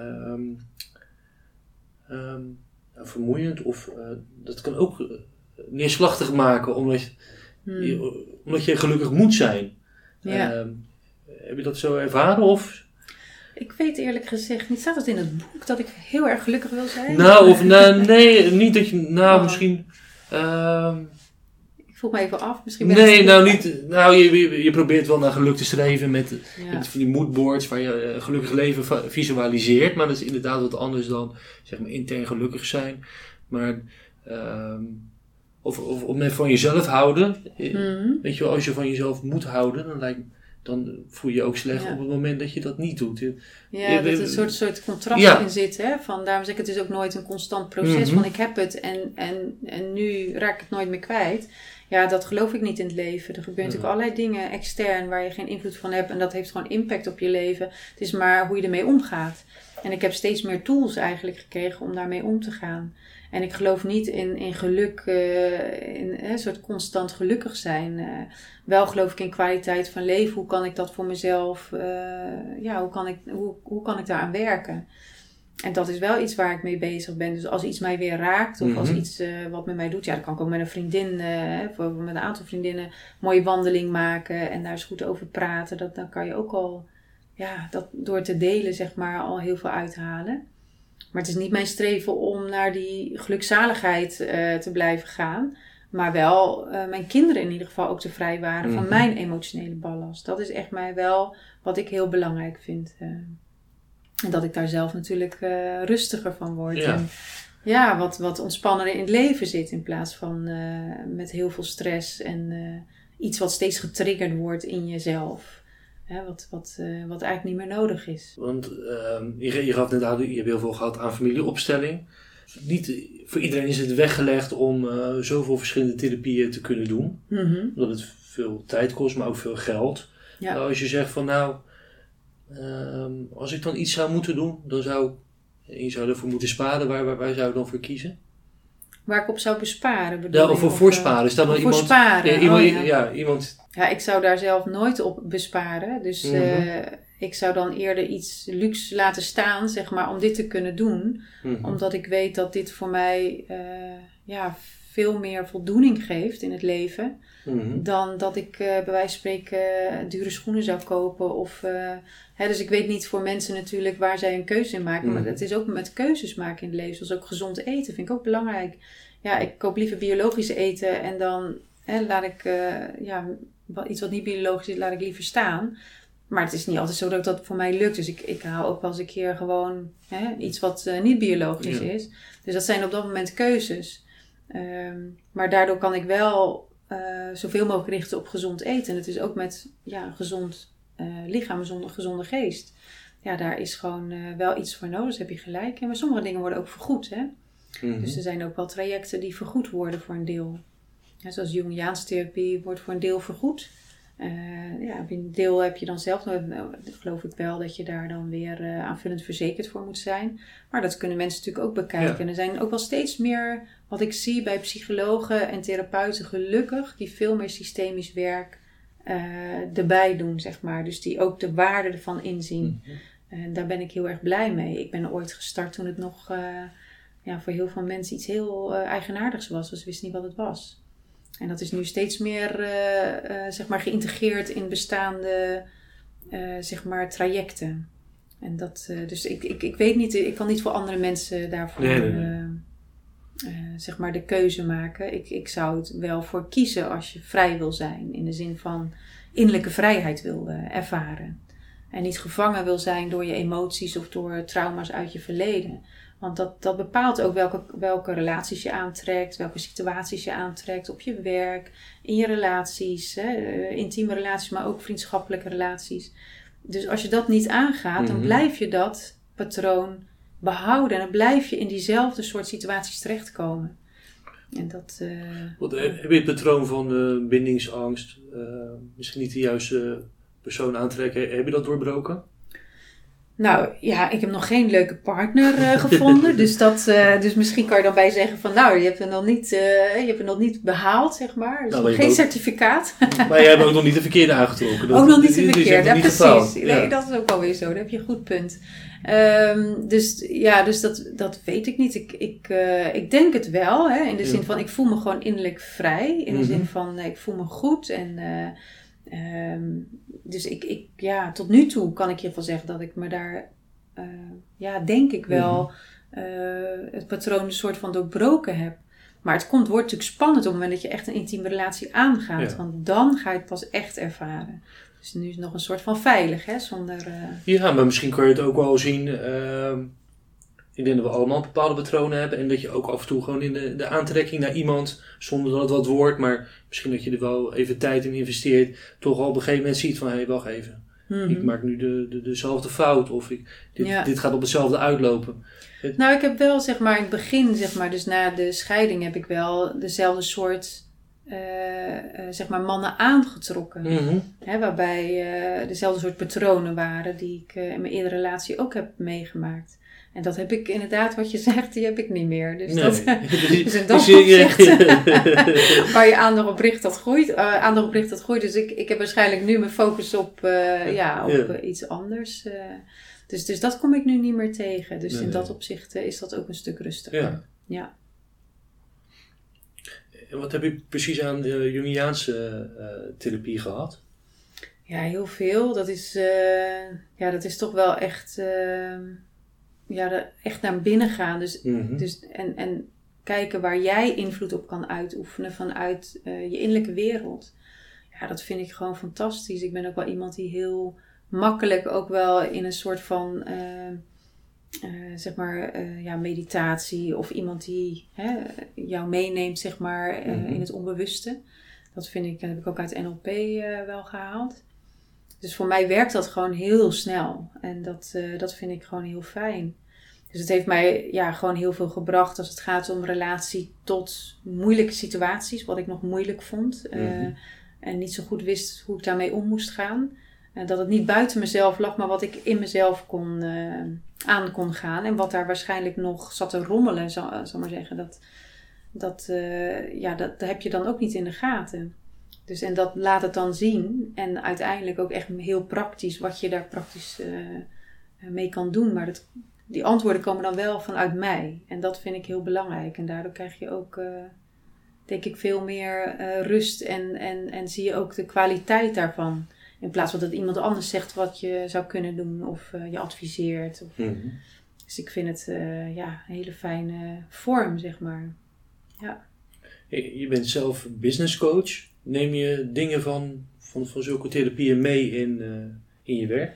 vermoeiend. Of dat kan ook neerslachtig maken, omdat je gelukkig moet zijn. Ja. Heb je dat zo ervaren? Of? Ik weet eerlijk gezegd niet. Staat het in het boek dat ik heel erg gelukkig wil zijn? Nee, niet dat je... misschien... Ik voel me even af. Misschien niet. Nou, je probeert wel naar geluk te streven met die moodboards waar je gelukkig leven visualiseert. Maar dat is inderdaad wat anders dan, zeg maar, intern gelukkig zijn. Maar... Of met van jezelf houden. Weet je wel, als je van jezelf moet houden, dan voel je je ook slecht op het moment dat je dat niet doet. Ja, dat er een soort contrast in zit. Hè? Daarom zeg ik, het is ook nooit een constant proces van ik heb het en nu raak ik het nooit meer kwijt. Ja, dat geloof ik niet in het leven. Er gebeuren natuurlijk allerlei dingen extern waar je geen invloed van hebt en dat heeft gewoon impact op je leven. Het is maar hoe je ermee omgaat. En ik heb steeds meer tools eigenlijk gekregen om daarmee om te gaan. En ik geloof niet in geluk, in een soort constant gelukkig zijn. Wel geloof ik in kwaliteit van leven. Hoe kan ik dat voor mezelf, hoe kan ik daaraan werken? En dat is wel iets waar ik mee bezig ben. Dus als iets mij weer raakt of als iets wat met mij doet. Ja, dan kan ik ook met een vriendin, met een aantal vriendinnen, een mooie wandeling maken. En daar eens goed over praten. Dan kan je ook al, dat door te delen zeg maar al heel veel uithalen. Maar het is niet mijn streven om naar die gelukzaligheid te blijven gaan. Maar wel mijn kinderen in ieder geval ook te vrijwaren van mijn emotionele ballast. Dat is echt mij wel wat ik heel belangrijk vind. En dat ik daar zelf natuurlijk rustiger van word. Ja. En wat ontspannender in het leven zit. In plaats van met heel veel stress en iets wat steeds getriggerd wordt in jezelf. Wat eigenlijk niet meer nodig is. Want je gaf net aan, je hebt heel veel gehad aan familieopstelling. Niet voor iedereen is het weggelegd om zoveel verschillende therapieën te kunnen doen. Omdat het veel tijd kost, maar ook veel geld. Ja. Als je zegt van als ik dan iets zou moeten doen, dan zou je ervoor moeten sparen. Waar zou je dan voor kiezen? Waar ik op zou besparen bedoel je? Of voor sparen. Is dat wel iemand? Sparen. Iemand. Ja, ik zou daar zelf nooit op besparen. Dus ik zou dan eerder iets luxe laten staan, zeg maar, om dit te kunnen doen. Omdat ik weet dat dit voor mij veel meer voldoening geeft in het leven. Dan dat ik bij wijze van spreken dure schoenen zou kopen. Dus ik weet niet voor mensen natuurlijk waar zij een keuze in maken. Maar het is ook met keuzes maken in het leven. Zoals ook gezond eten vind ik ook belangrijk. Ja, ik koop liever biologisch eten en dan laat ik iets wat niet biologisch is, laat ik liever staan. Maar het is niet altijd zo dat dat voor mij lukt. Dus ik haal ook wel eens een keer gewoon iets wat niet biologisch is. Dus dat zijn op dat moment keuzes. Maar daardoor kan ik wel zoveel mogelijk richten op gezond eten. En het is ook met gezond lichaam, een gezonde geest. Ja, daar is gewoon wel iets voor nodig. Dus heb je gelijk. Maar sommige dingen worden ook vergoed. Hè? Dus er zijn ook wel trajecten die vergoed worden voor een deel. Zoals Jungiaanse therapie wordt voor een deel vergoed. Een deel heb je dan zelf nodig. Geloof ik wel dat je daar dan weer aanvullend verzekerd voor moet zijn. Maar dat kunnen mensen natuurlijk ook bekijken. En er zijn ook wel steeds meer, wat ik zie bij psychologen en therapeuten gelukkig, die veel meer systemisch werk erbij doen, zeg maar. Dus die ook de waarde ervan inzien. En daar ben ik heel erg blij mee. Ik ben ooit gestart toen het nog voor heel veel mensen iets heel eigenaardigs was. Dus ze wisten niet wat het was. En dat is nu steeds meer geïntegreerd in bestaande trajecten. En dat, dus ik weet niet, ik kan niet voor andere mensen daarvoor de keuze maken. Ik zou het wel voor kiezen als je vrij wil zijn. In de zin van innerlijke vrijheid wil ervaren. En niet gevangen wil zijn door je emoties of door trauma's uit je verleden. Want dat bepaalt ook welke relaties je aantrekt, welke situaties je aantrekt op je werk, in je relaties, intieme relaties, maar ook vriendschappelijke relaties. Dus als je dat niet aangaat, dan blijf je dat patroon behouden. En dan blijf je in diezelfde soort situaties terechtkomen. En dat... Heb je het patroon van bindingsangst, misschien niet de juiste persoon aantrekken, heb je dat doorbroken? Nou ja, ik heb nog geen leuke partner gevonden. Dus misschien kan je dan bij zeggen van nou, je hebt het nog niet behaald, zeg maar. Dus nog geen certificaat. Maar jij hebt ook nog niet de verkeerde aangetrokken. Ook nog niet de verkeerde, ja, precies. Ja. Nee, dat is ook alweer zo. Daar heb je een goed punt. Dus dat weet ik niet. Ik denk het wel, hè, in de zin van ik voel me gewoon innerlijk vrij. In de zin van ik voel me goed en... dus tot nu toe kan ik je wel zeggen dat ik me daar, denk ik wel, het patroon een soort van doorbroken heb. Maar het wordt natuurlijk spannend op het moment dat je echt een intieme relatie aangaat. Ja. Want dan ga je het pas echt ervaren. Dus nu is het nog een soort van veilig, hè, zonder... Ja, maar misschien kun je het ook wel zien... Ik denk dat we allemaal bepaalde patronen hebben. En dat je ook af en toe gewoon in de aantrekking naar iemand, zonder dat het wat wordt, maar misschien dat je er wel even tijd in investeert, toch al op een gegeven moment ziet van, hé, wacht even. Ik maak nu dezelfde fout. Of dit gaat op hetzelfde uitlopen. Nou, ik heb wel, zeg maar, in het begin, zeg maar, dus na de scheiding heb ik wel dezelfde soort... zeg maar mannen aangetrokken. Hè, waarbij dezelfde soort patronen waren die ik in mijn eerdere relatie ook heb meegemaakt. En dat heb ik inderdaad, wat je zegt, die heb ik niet meer. Dus, dus in dat opzicht, waar je aandacht op richt, dat groeit. Dus ik heb waarschijnlijk nu mijn focus op iets anders. Dus dat kom ik nu niet meer tegen. Dus in dat opzicht is dat ook een stuk rustiger. Ja. En wat heb je precies aan de Jungiaanse therapie gehad? Ja, heel veel. Dat is toch wel echt... echt naar binnen gaan. Dus, en kijken waar jij invloed op kan uitoefenen vanuit je innerlijke wereld. Ja, dat vind ik gewoon fantastisch. Ik ben ook wel iemand die heel makkelijk ook wel in een soort van meditatie of iemand die jou meeneemt, zeg maar, in het onbewuste. Dat heb ik ook uit NLP wel gehaald. Dus voor mij werkt dat gewoon heel snel. En dat vind ik gewoon heel fijn. Dus het heeft mij gewoon heel veel gebracht als het gaat om relatie tot moeilijke situaties. Wat ik nog moeilijk vond. En niet zo goed wist hoe ik daarmee om moest gaan. Dat het niet buiten mezelf lag, maar wat ik in mezelf aan kon gaan. En wat daar waarschijnlijk nog zat te rommelen, zal maar zeggen. Dat heb je dan ook niet in de gaten. Dus, en dat laat het dan zien. En uiteindelijk ook echt heel praktisch wat je daar praktisch mee kan doen. Maar die antwoorden komen dan wel vanuit mij. En dat vind ik heel belangrijk. En daardoor krijg je ook, denk ik, veel meer rust. En zie je ook de kwaliteit daarvan. In plaats van dat iemand anders zegt wat je zou kunnen doen. Of je adviseert. Dus ik vind het een hele fijne vorm, zeg maar. Ja. Je bent zelf business coach. Neem je dingen van zulke therapieën mee in je werk?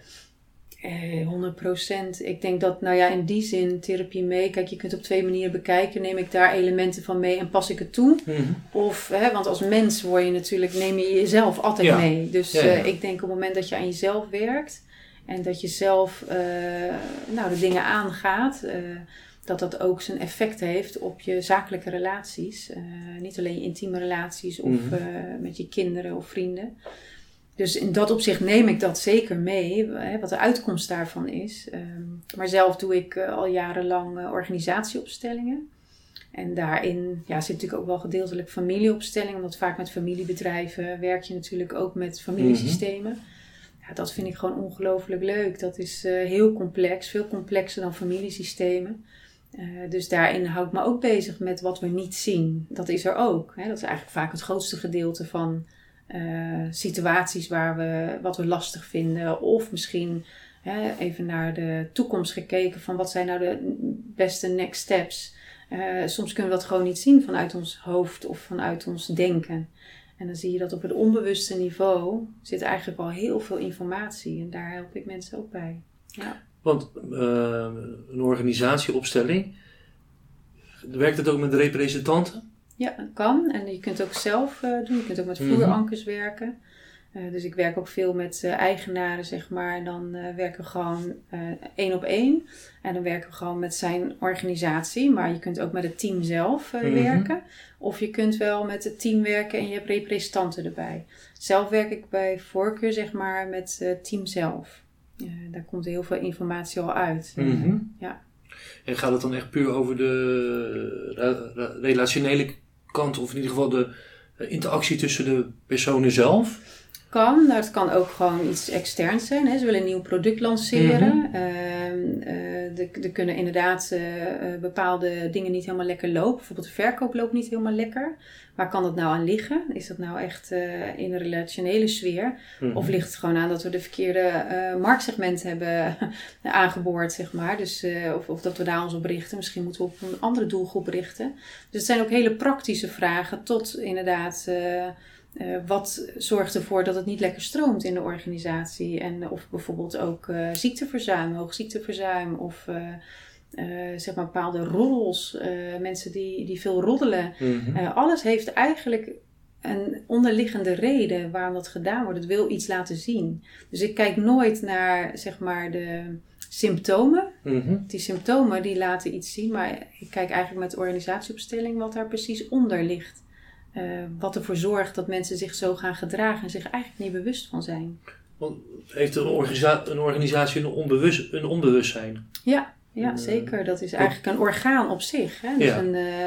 100%. Ik denk dat, in die zin therapie mee. Kijk, je kunt op 2 manieren bekijken. Neem ik daar elementen van mee en pas ik het toe? Of, want als mens neem je jezelf altijd mee. Dus ik denk op het moment dat je aan jezelf werkt en dat je zelf de dingen aangaat, dat ook zijn effect heeft op je zakelijke relaties. Niet alleen je intieme relaties of met je kinderen of vrienden. Dus in dat opzicht neem ik dat zeker mee, wat de uitkomst daarvan is. Maar zelf doe ik al jarenlang organisatieopstellingen. En daarin zit natuurlijk ook wel gedeeltelijk familieopstellingen. Omdat vaak met familiebedrijven werk je natuurlijk ook met familiesystemen. Ja, dat vind ik gewoon ongelooflijk leuk. Dat is heel complex, veel complexer dan familiesystemen. Dus daarin hou ik me ook bezig met wat we niet zien. Dat is er ook. Hè? Dat is eigenlijk vaak het grootste gedeelte van situaties wat we lastig vinden. Of misschien even naar de toekomst gekeken van wat zijn nou de beste next steps. Soms kunnen we dat gewoon niet zien vanuit ons hoofd of vanuit ons denken. En dan zie je dat op het onbewuste niveau zit eigenlijk al heel veel informatie. En daar help ik mensen ook bij. Ja. Want een organisatieopstelling, werkt het ook met representanten? Ja, dat kan. En je kunt het ook zelf doen. Je kunt ook met vloerankers werken. Dus ik werk ook veel met eigenaren, zeg maar. En dan werken we gewoon 1 op 1. En dan werken we gewoon met zijn organisatie. Maar je kunt ook met het team zelf werken. Of je kunt wel met het team werken en je hebt representanten erbij. Zelf werk ik bij voorkeur, zeg maar, met het team zelf. daar komt heel veel informatie al uit. Ja. En gaat het dan echt puur over de relationele kant, of in ieder geval de interactie tussen de personen zelf? Nou, het kan ook gewoon iets externs zijn. Hè. Ze willen een nieuw product lanceren. Er kunnen inderdaad bepaalde dingen niet helemaal lekker lopen. Bijvoorbeeld de verkoop loopt niet helemaal lekker. Waar kan dat nou aan liggen? Is dat nou echt in een relationele sfeer? Of ligt het gewoon aan dat we de verkeerde marktsegment hebben aangeboord, zeg maar. Dus, of dat we daar ons op richten. Misschien moeten we op een andere doelgroep richten. Dus het zijn ook hele praktische vragen tot inderdaad... wat zorgt ervoor dat het niet lekker stroomt in de organisatie? En of bijvoorbeeld ook ziekteverzuim, hoog ziekteverzuim of zeg maar bepaalde roddels, mensen die veel roddelen. Alles heeft eigenlijk een onderliggende reden waarom dat gedaan wordt. Het wil iets laten zien. Dus ik kijk nooit naar zeg maar de symptomen. Die symptomen die laten iets zien, maar ik kijk eigenlijk met organisatieopstelling wat daar precies onder ligt. Wat ervoor zorgt dat mensen zich zo gaan gedragen en zich eigenlijk niet bewust van zijn. Want heeft een organisatie een onbewustzijn? Ja, zeker. Dat is eigenlijk een orgaan op zich. Hè? Dus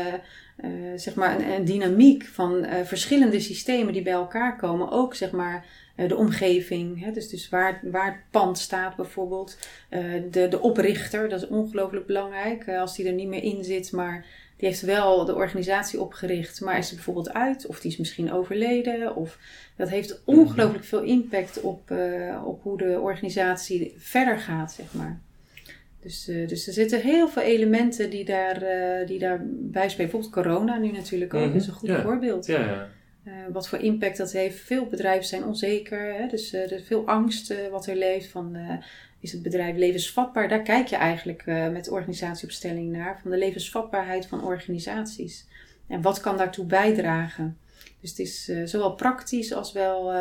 zeg maar een dynamiek van verschillende systemen die bij elkaar komen. Ook zeg maar de omgeving. Hè? Dus waar het pand staat bijvoorbeeld. De oprichter, dat is ongelooflijk belangrijk. Als die er niet meer in zit, maar... Die heeft wel de organisatie opgericht, maar is er bijvoorbeeld uit of die is misschien overleden. Of dat heeft ongelooflijk veel impact op hoe de organisatie verder gaat, zeg maar. Dus er zitten heel veel elementen die daarbij spelen. Bijvoorbeeld corona nu natuurlijk ook, is een goed voorbeeld. Ja. Wat voor impact dat heeft. Veel bedrijven zijn onzeker, hè? Dus er is veel angst wat er leeft van... Is het bedrijf levensvatbaar? Daar kijk je eigenlijk met organisatieopstelling naar. Van de levensvatbaarheid van organisaties. En wat kan daartoe bijdragen? Dus het is zowel praktisch als wel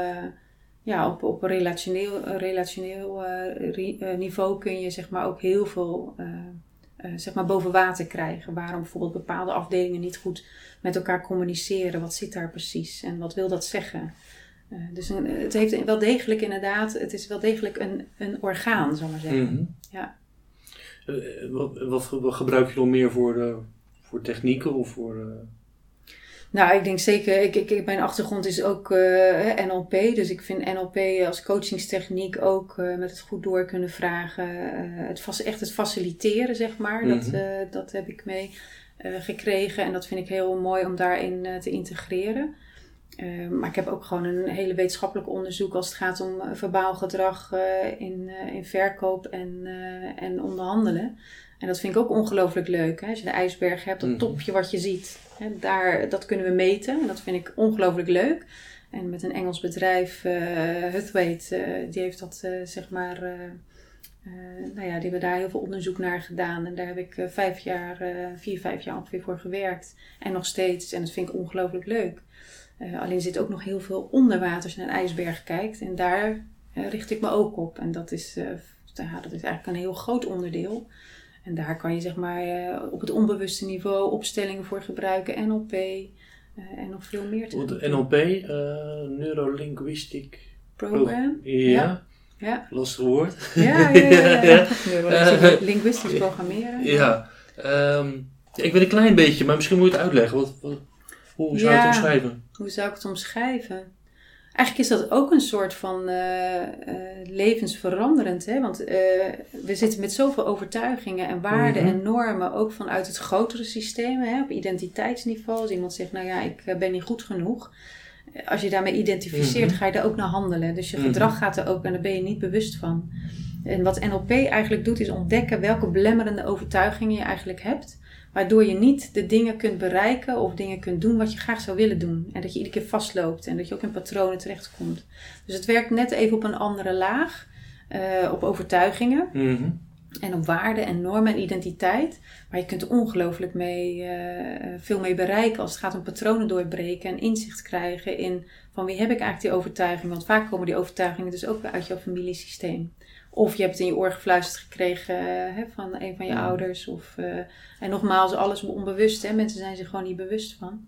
op relationeel niveau kun je zeg maar ook heel veel zeg maar boven water krijgen. Waarom bijvoorbeeld bepaalde afdelingen niet goed met elkaar communiceren. Wat zit daar precies? En wat wil dat zeggen? Dus het heeft wel degelijk inderdaad, het is wel degelijk een orgaan, zal ik maar zeggen. Ja. Wat gebruik je nog meer voor technieken of voor... Nou, ik denk zeker, mijn achtergrond is ook NLP, dus ik vind NLP als coachingstechniek ook met het goed door kunnen vragen. Het faciliteren, zeg maar, dat heb ik mee gekregen en dat vind ik heel mooi om daarin te integreren. Maar ik heb ook gewoon een hele wetenschappelijk onderzoek als het gaat om verbaal gedrag in verkoop en onderhandelen. En dat vind ik ook ongelooflijk leuk. Hè? Als je de ijsberg hebt, dat topje wat je ziet, hè, dat kunnen we meten. En dat vind ik ongelooflijk leuk. En met een Engels bedrijf, Huthwaite, die heeft dat zeg maar... die hebben daar heel veel onderzoek naar gedaan. En daar heb ik 5 jaar ongeveer voor gewerkt. En nog steeds. En dat vind ik ongelooflijk leuk. Alleen zit ook nog heel veel onder water als je naar een ijsberg kijkt. En daar richt ik me ook op. En dat is eigenlijk een heel groot onderdeel. En daar kan je zeg maar op het onbewuste niveau opstellingen voor gebruiken. NLP en nog veel meer. NLP, Neurolinguistic Program. Ja. Lastig woord. Ja. Linguistisch programmeren. Ja. Ik weet een klein beetje, maar misschien moet je het uitleggen. Hoe zou je het omschrijven? Hoe zou ik het omschrijven? Eigenlijk is dat ook een soort van levensveranderend. Hè? Want we zitten met zoveel overtuigingen en waarden en normen. Ook vanuit het grotere systeem. Hè? Op identiteitsniveau. Als iemand zegt, nou ja, ik ben niet goed genoeg. Als je daarmee identificeert, ga je daar ook naar handelen. Dus je gedrag gaat er ook en daar ben je niet bewust van. En wat NLP eigenlijk doet, is ontdekken welke belemmerende overtuigingen je eigenlijk hebt. Waardoor je niet de dingen kunt bereiken of dingen kunt doen wat je graag zou willen doen. En dat je iedere keer vastloopt en dat je ook in patronen terechtkomt. Dus het werkt net even op een andere laag. Op overtuigingen. En op waarden en normen en identiteit. Maar je kunt er ongelooflijk veel mee bereiken als het gaat om patronen doorbreken. En inzicht krijgen in van wie heb ik eigenlijk die overtuiging. Want vaak komen die overtuigingen dus ook weer uit jouw familiesysteem. Of je hebt het in je oor gefluisterd gekregen van een van je ouders. En nogmaals, alles onbewust. Hè? Mensen zijn zich gewoon niet bewust van.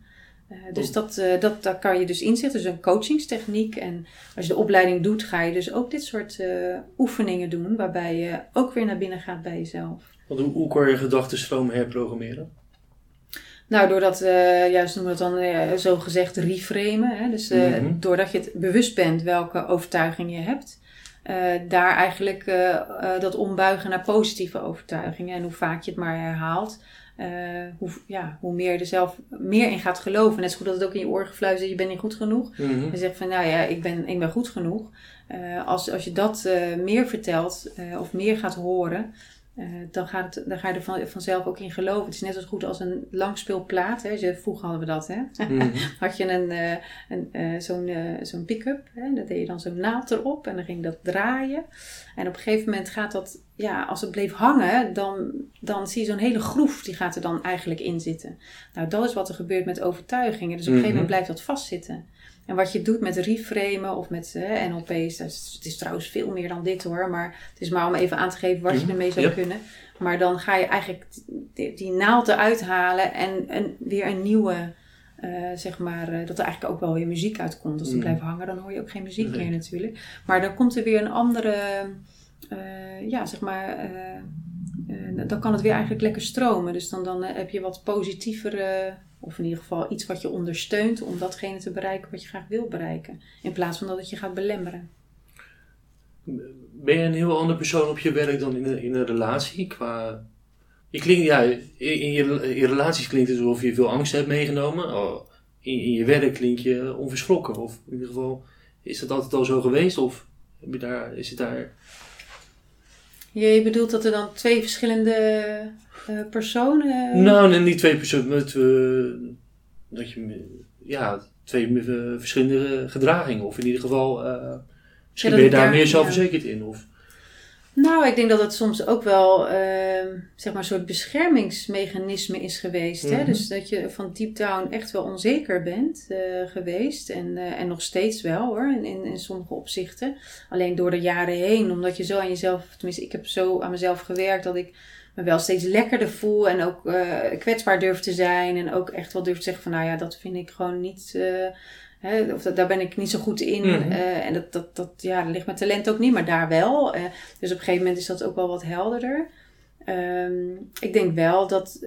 Dus dat kan je dus inzetten. Dus een coachingstechniek. En als je de opleiding doet, ga je dus ook dit soort oefeningen doen. Waarbij je ook weer naar binnen gaat bij jezelf. Want hoe kan je gedachtenstroom herprogrammeren? Nou, doordat, ze noemen dat dan zo gezegd reframen. Hè? Dus doordat je het bewust bent welke overtuiging je hebt. Daar eigenlijk dat ombuigen naar positieve overtuigingen. En hoe vaak je het maar herhaalt. Hoe meer je er zelf meer in gaat geloven. Net zo goed dat het ook in je oor gefluisterd is, je bent niet goed genoeg. Je zegt van, nou ja, ik ben goed genoeg. Als je dat meer vertelt of meer gaat horen, dan ga je er vanzelf ook in geloven. Het is net zo goed als een langspeelplaat. Hè. Vroeger hadden we dat. Hè? Had je zo'n pick-up. Hè. Daar deed je dan zo'n naald erop. En dan ging dat draaien. En op een gegeven moment gaat dat... Ja, als het bleef hangen, dan zie je zo'n hele groef. Die gaat er dan eigenlijk in zitten. Nou, dat is wat er gebeurt met overtuigingen. Dus op een gegeven moment blijft dat vastzitten. En wat je doet met reframen of met NLP's, het is trouwens veel meer dan dit hoor, maar het is maar om even aan te geven wat je ermee zou kunnen. Maar dan ga je eigenlijk die naald eruit halen en weer een nieuwe, dat er eigenlijk ook wel weer muziek uitkomt. Als die blijft hangen, dan hoor je ook geen muziek meer natuurlijk. Maar dan komt er weer een andere, dan kan het weer eigenlijk lekker stromen. Dus dan heb je wat positievere... Of in ieder geval iets wat je ondersteunt om datgene te bereiken wat je graag wil bereiken. In plaats van dat het je gaat belemmeren. Ben je een heel andere persoon op je werk dan in een relatie? In je relaties klinkt het alsof je veel angst hebt meegenomen. In je werk klink je onverschrokken. Of in ieder geval, is dat altijd al zo geweest? Of is het daar... Je bedoelt dat er dan twee verschillende personen... Nou, niet twee personen. Twee verschillende gedragingen. Of in ieder geval... misschien ben je daar meer zelfverzekerd in. Of... Nou, ik denk dat het soms ook wel een soort beschermingsmechanisme is geweest. Hè? Dus dat je van deep down echt wel onzeker bent geweest. En nog steeds wel hoor, in sommige opzichten. Alleen door de jaren heen, omdat je zo aan jezelf... Tenminste, ik heb zo aan mezelf gewerkt dat ik me wel steeds lekkerder voel. En ook kwetsbaar durf te zijn. En ook echt wel durf te zeggen van nou ja, dat vind ik gewoon niet... daar ben ik niet zo goed in. En dat ligt mijn talent ook niet, maar daar wel. Dus op een gegeven moment is dat ook wel wat helderder. Ik denk wel dat...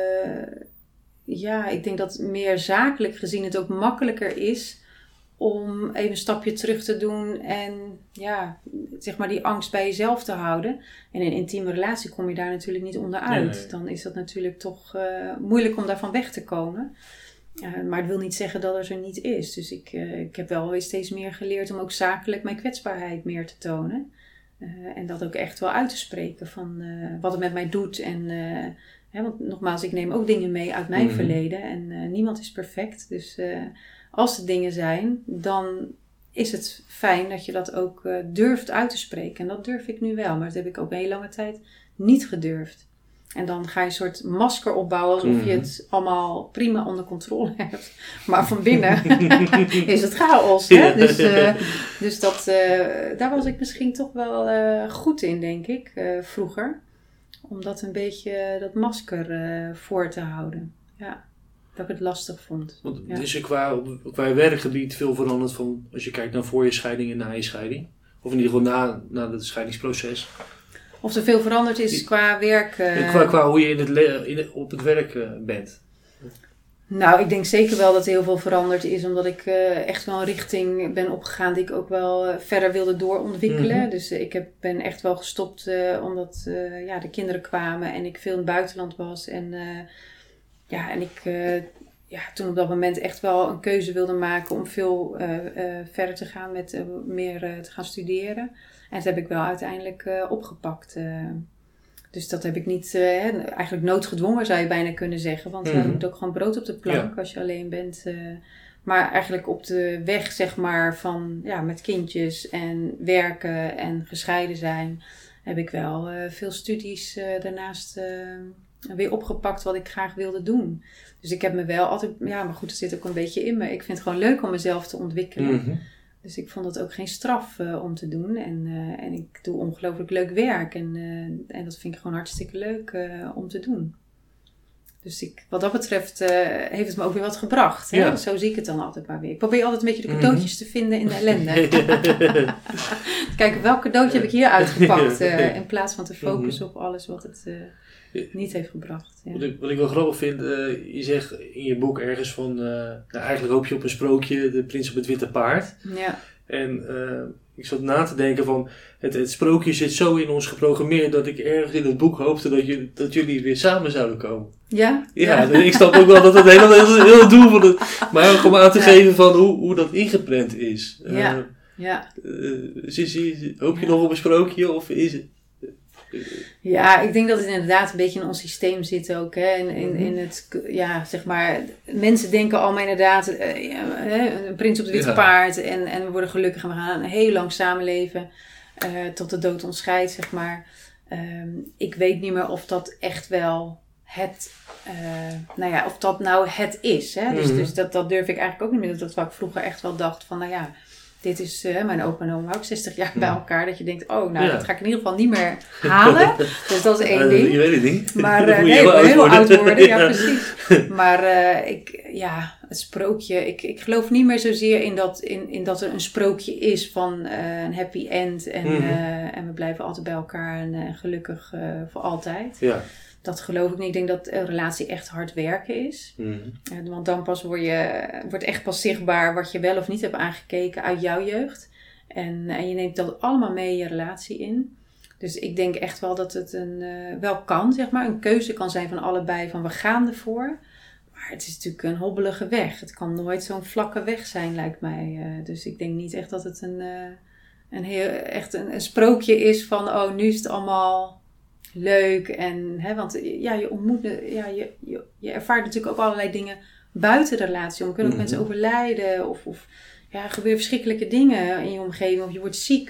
ik denk dat meer zakelijk gezien het ook makkelijker is... om even een stapje terug te doen en die angst bij jezelf te houden. En in een intieme relatie kom je daar natuurlijk niet onderuit. Nee. Dan is dat natuurlijk toch moeilijk om daarvan weg te komen. Maar het wil niet zeggen dat er niet is. Dus ik heb wel weer steeds meer geleerd om ook zakelijk mijn kwetsbaarheid meer te tonen. En dat ook echt wel uit te spreken van wat het met mij doet. En, want nogmaals, ik neem ook dingen mee uit mijn verleden. En niemand is perfect. Dus als er dingen zijn, dan is het fijn dat je dat ook durft uit te spreken. En dat durf ik nu wel. Maar dat heb ik ook een hele lange tijd niet gedurfd. En dan ga je een soort masker opbouwen alsof je het allemaal prima onder controle hebt. Maar van binnen is het chaos. Hè? Dus daar was ik misschien toch wel goed in, denk ik, vroeger. Om dat een beetje, dat masker voor te houden. Ja, dat ik het lastig vond. Want is er qua werkgebied veel veranderd van als je kijkt naar voor je scheiding en na je scheiding? Of in ieder geval na het scheidingsproces? Of er veel veranderd is qua werk. Qua hoe je op het werk bent. Nou, ik denk zeker wel dat er heel veel veranderd is. Omdat ik echt wel een richting ben opgegaan die ik ook wel verder wilde doorontwikkelen. Dus ik ben echt wel gestopt omdat de kinderen kwamen en ik veel in het buitenland was. En toen op dat moment echt wel een keuze wilde maken om veel verder te gaan met meer te gaan studeren. En dat heb ik wel uiteindelijk opgepakt. Dus dat heb ik niet, eigenlijk noodgedwongen zou je bijna kunnen zeggen. Want je moet ook gewoon brood op de plank als je alleen bent. Maar eigenlijk op de weg zeg maar van met kindjes en werken en gescheiden zijn. Heb ik wel veel studies daarnaast weer opgepakt wat ik graag wilde doen. Dus ik heb me wel altijd, maar goed, dat zit ook een beetje in me. Ik vind het gewoon leuk om mezelf te ontwikkelen. Dus ik vond het ook geen straf om te doen. En ik doe ongelooflijk leuk werk. En dat vind ik gewoon hartstikke leuk om te doen. Dus wat dat betreft heeft het me ook weer wat gebracht. Hè? Ja. Zo zie ik het dan altijd maar weer. Ik probeer altijd een beetje de cadeautjes te vinden in de ellende. Kijk, welk cadeautje heb ik hier uitgepakt? In plaats van te focussen op alles wat het niet heeft gebracht. Ja. Wat ik wel grappig vind, je zegt in je boek ergens van... eigenlijk hoop je op een sprookje, de prins op het witte paard. Ja. En ik zat na te denken van... Het sprookje zit zo in ons geprogrammeerd... dat ik ergens in het boek hoopte dat jullie weer samen zouden komen. Ja? Ja, ik snap ook wel dat het hele doel van het... Maar ook om aan te geven van hoe dat ingepland is. Hoop je nog op een sprookje of is het... Ja, ik denk dat het inderdaad een beetje in ons systeem zit ook. Hè? In het, zeg maar, mensen denken allemaal inderdaad, een prins op het witte paard en we worden gelukkig en we gaan heel lang samenleven tot de dood ons scheidt, zeg maar. Ik weet niet meer of dat echt wel of dat nou het is. Hè? Dus dat durf ik eigenlijk ook niet meer. Dat wat ik vroeger echt wel dacht van, dit is mijn opa en oma ook 60 jaar bij elkaar. Dat je denkt, dat ga ik in ieder geval niet meer halen. Dus dat is één ding. Je weet het niet. Maar heel oud worden. Ja, precies. Maar het sprookje. Ik geloof niet meer zozeer in dat er een sprookje is van een happy end. En we blijven altijd bij elkaar en gelukkig voor altijd. Ja. Dat geloof ik niet. Ik denk dat een relatie echt hard werken is. Want dan pas wordt echt pas zichtbaar wat je wel of niet hebt aangekeken uit jouw jeugd. En je neemt dat allemaal mee je relatie in. Dus ik denk echt wel dat het wel kan, zeg maar. Een keuze kan zijn van allebei van we gaan ervoor. Maar het is natuurlijk een hobbelige weg. Het kan nooit zo'n vlakke weg zijn, lijkt mij. Dus ik denk niet echt dat het een sprookje is van nu is het allemaal... leuk want je ontmoet, je ervaart natuurlijk ook allerlei dingen buiten de relatie. Er kunnen ook mensen overlijden of er gebeuren verschrikkelijke dingen in je omgeving of je wordt ziek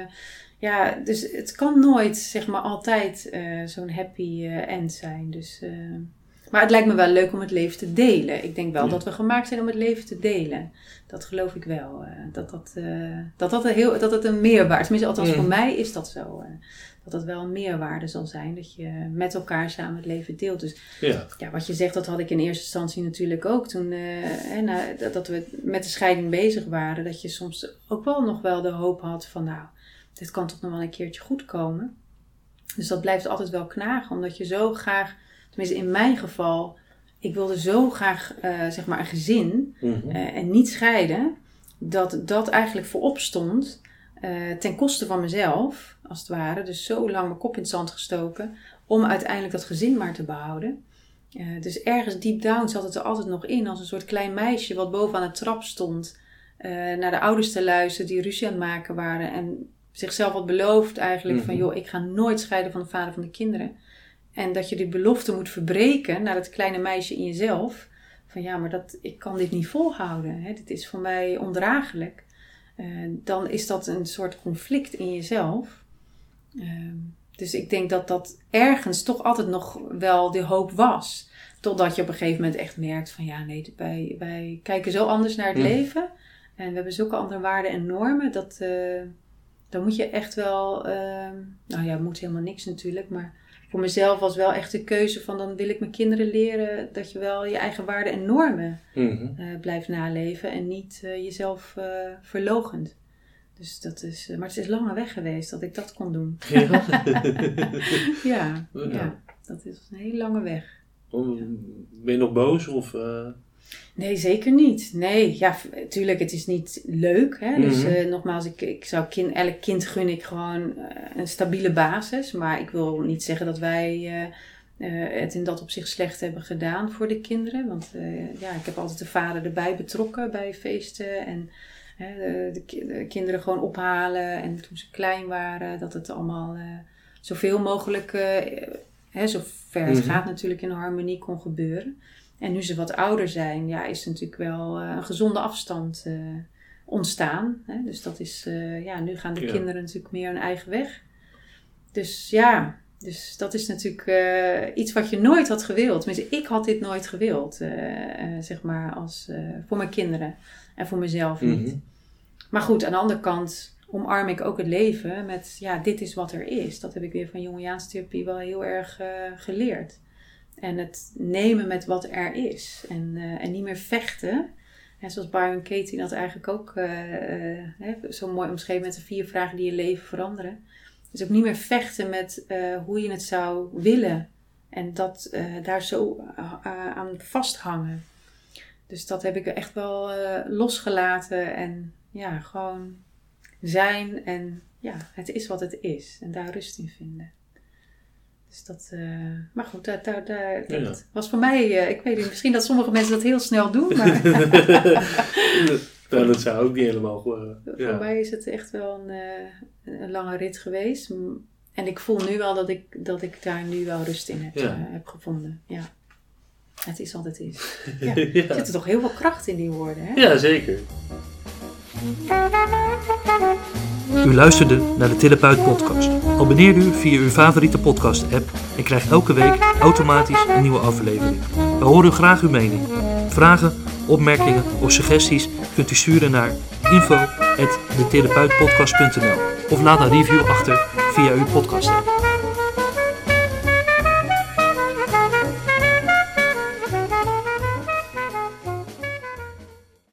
dus het kan nooit zeg maar altijd zo'n happy end zijn. Dus, maar het lijkt me wel leuk om het leven te delen. Ik denk wel dat we gemaakt zijn om het leven te delen. Dat geloof ik wel. Dat het een meerwaarde, tenminste althans voor mij is dat zo. Dat het wel een meerwaarde zal zijn. Dat je met elkaar samen het leven deelt. Dus wat je zegt, dat had ik in eerste instantie natuurlijk ook. Toen dat we met de scheiding bezig waren. Dat je soms ook wel nog wel de hoop had van dit kan toch nog wel een keertje goed komen. Dus dat blijft altijd wel knagen. Omdat je zo graag, tenminste in mijn geval... Ik wilde zo graag zeg maar een gezin en niet scheiden. Dat eigenlijk voorop stond... ten koste van mezelf, als het ware. Dus zo lang mijn kop in het zand gestoken. Om uiteindelijk dat gezin maar te behouden. Dus ergens deep down zat het er altijd nog in. Als een soort klein meisje wat bovenaan de trap stond. Naar de ouders te luisteren die ruzie aan het maken waren. En zichzelf had beloofd eigenlijk van... ik ga nooit scheiden van de vader van de kinderen. En dat je die belofte moet verbreken naar dat kleine meisje in jezelf. Van maar ik kan dit niet volhouden. Hè? Dit is voor mij ondraaglijk. Dan is dat een soort conflict in jezelf. Dus ik denk dat ergens toch altijd nog wel de hoop was. Totdat je op een gegeven moment echt merkt van wij kijken zo anders naar het leven. En we hebben zulke andere waarden en normen. Dan moet je echt wel... moet helemaal niks natuurlijk. Maar voor mezelf was wel echt de keuze van... dan wil ik mijn kinderen leren dat je wel je eigen waarden en normen blijft naleven. En niet jezelf verloochent. Dus dat is... maar het is lange weg geweest dat ik dat kon doen. Ja, dat is een hele lange weg. Ben je nog boos of... Nee, zeker niet. Nee, tuurlijk, het is niet leuk. Hè? Dus nogmaals, ik zou elk kind gun ik gewoon een stabiele basis. Maar ik wil niet zeggen dat wij het in dat opzicht slecht hebben gedaan voor de kinderen. Want ik heb altijd de vader erbij betrokken bij feesten. En de kinderen gewoon ophalen. En toen ze klein waren, dat het allemaal zoveel mogelijk, zover het gaat natuurlijk in harmonie kon gebeuren. En nu ze wat ouder zijn, is er natuurlijk wel een gezonde afstand ontstaan. Hè? Dus dat is, nu gaan de kinderen natuurlijk meer hun eigen weg. Dus dus dat is natuurlijk iets wat je nooit had gewild. Tenminste, ik had dit nooit gewild, zeg maar, voor mijn kinderen. En voor mezelf niet. Maar goed, aan de andere kant omarm ik ook het leven met, dit is wat er is. Dat heb ik weer van Jungiaanse therapie wel heel erg geleerd. En het nemen met wat er is. En niet meer vechten. En zoals Byron Katie dat eigenlijk ook zo mooi omschreven met de 4 vragen die je leven veranderen. Dus ook niet meer vechten met hoe je het zou willen. En dat daar zo aan vasthangen. Dus dat heb ik echt wel losgelaten. En ja, gewoon zijn. En ja, het is wat het is. En daar rust in vinden. Dus dat, maar goed, dat was voor mij, ik weet niet, misschien dat sommige mensen dat heel snel doen, maar... Dat zou ook niet helemaal... Voor mij is het echt wel een lange rit geweest. En ik voel nu wel dat ik daar nu wel rust in heb gevonden. Ja. Het is wat het is. Ja. Er zit toch heel veel kracht in die woorden, hè? Ja, zeker. U luisterde naar de Therapeut podcast. Abonneer u via uw favoriete podcast app en krijg elke week automatisch een nieuwe aflevering. We horen graag uw mening. Vragen, opmerkingen of suggesties kunt u sturen naar info@detherapeutpodcast.nl of laat een review achter via uw podcast app.